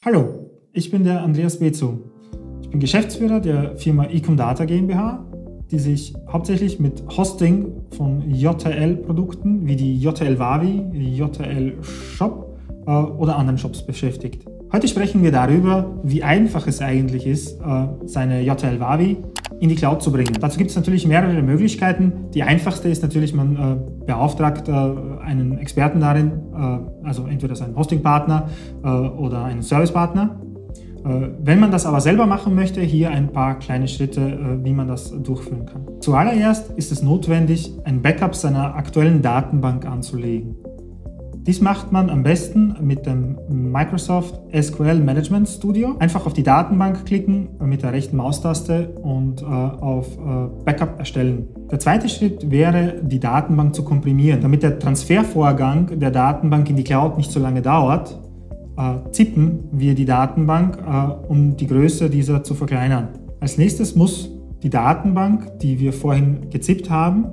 Hallo, ich bin der Andreas Bezu. Ich bin Geschäftsführer der Firma Ecomdata GmbH, die sich hauptsächlich mit Hosting von JTL-Produkten wie die JTL Wavi, die JTL Shop oder anderen Shops beschäftigt. Heute sprechen wir darüber, wie einfach es eigentlich ist, seine JTL Wavi in die Cloud zu bringen. Dazu gibt es natürlich mehrere Möglichkeiten. Die einfachste ist natürlich, man beauftragt einen Experten darin, also entweder seinen Hostingpartner oder einen Servicepartner. Wenn man das aber selber machen möchte, hier ein paar kleine Schritte, wie man das durchführen kann. Zuallererst ist es notwendig, ein Backup seiner aktuellen Datenbank anzulegen. Dies macht man am besten mit dem Microsoft SQL Management Studio. Einfach auf die Datenbank klicken mit der rechten Maustaste und auf Backup erstellen. Der zweite Schritt wäre, die Datenbank zu komprimieren. Damit der Transfervorgang der Datenbank in die Cloud nicht so lange dauert, zippen wir die Datenbank, um die Größe dieser zu verkleinern. Als nächstes muss die Datenbank, die wir vorhin gezippt haben,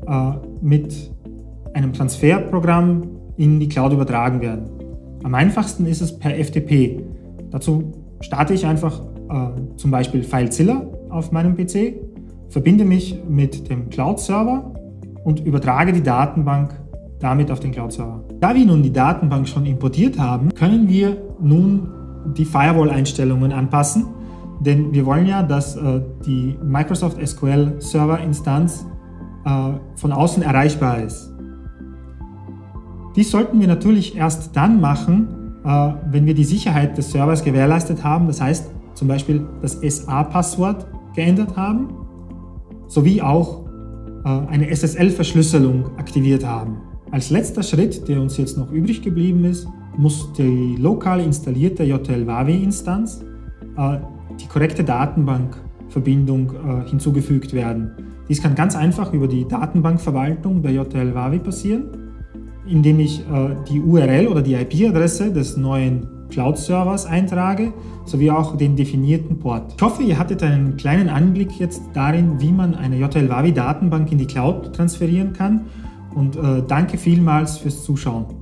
mit einem Transferprogramm in die Cloud übertragen werden. Am einfachsten ist es per FTP. Dazu starte ich einfach zum Beispiel FileZilla auf meinem PC, verbinde mich mit dem Cloud-Server und übertrage die Datenbank damit auf den Cloud-Server. Da wir nun die Datenbank schon importiert haben, können wir nun die Firewall-Einstellungen anpassen, denn wir wollen ja, dass die Microsoft SQL Server-Instanz von außen erreichbar ist. Dies sollten wir natürlich erst dann machen, wenn wir die Sicherheit des Servers gewährleistet haben, das heißt zum Beispiel das SA-Passwort geändert haben, sowie auch eine SSL-Verschlüsselung aktiviert haben. Als letzter Schritt, der uns jetzt noch übrig geblieben ist, muss die lokal installierte JTL Wavi-Instanz die korrekte Datenbankverbindung hinzugefügt werden. Dies kann ganz einfach über die Datenbankverwaltung der JTL Wavi passieren, indem ich die URL oder die IP-Adresse des neuen Cloud-Servers eintrage, sowie auch den definierten Port. Ich hoffe, ihr hattet einen kleinen Einblick jetzt darin, wie man eine JTL Wavi-Datenbank in die Cloud transferieren kann, und danke vielmals fürs Zuschauen.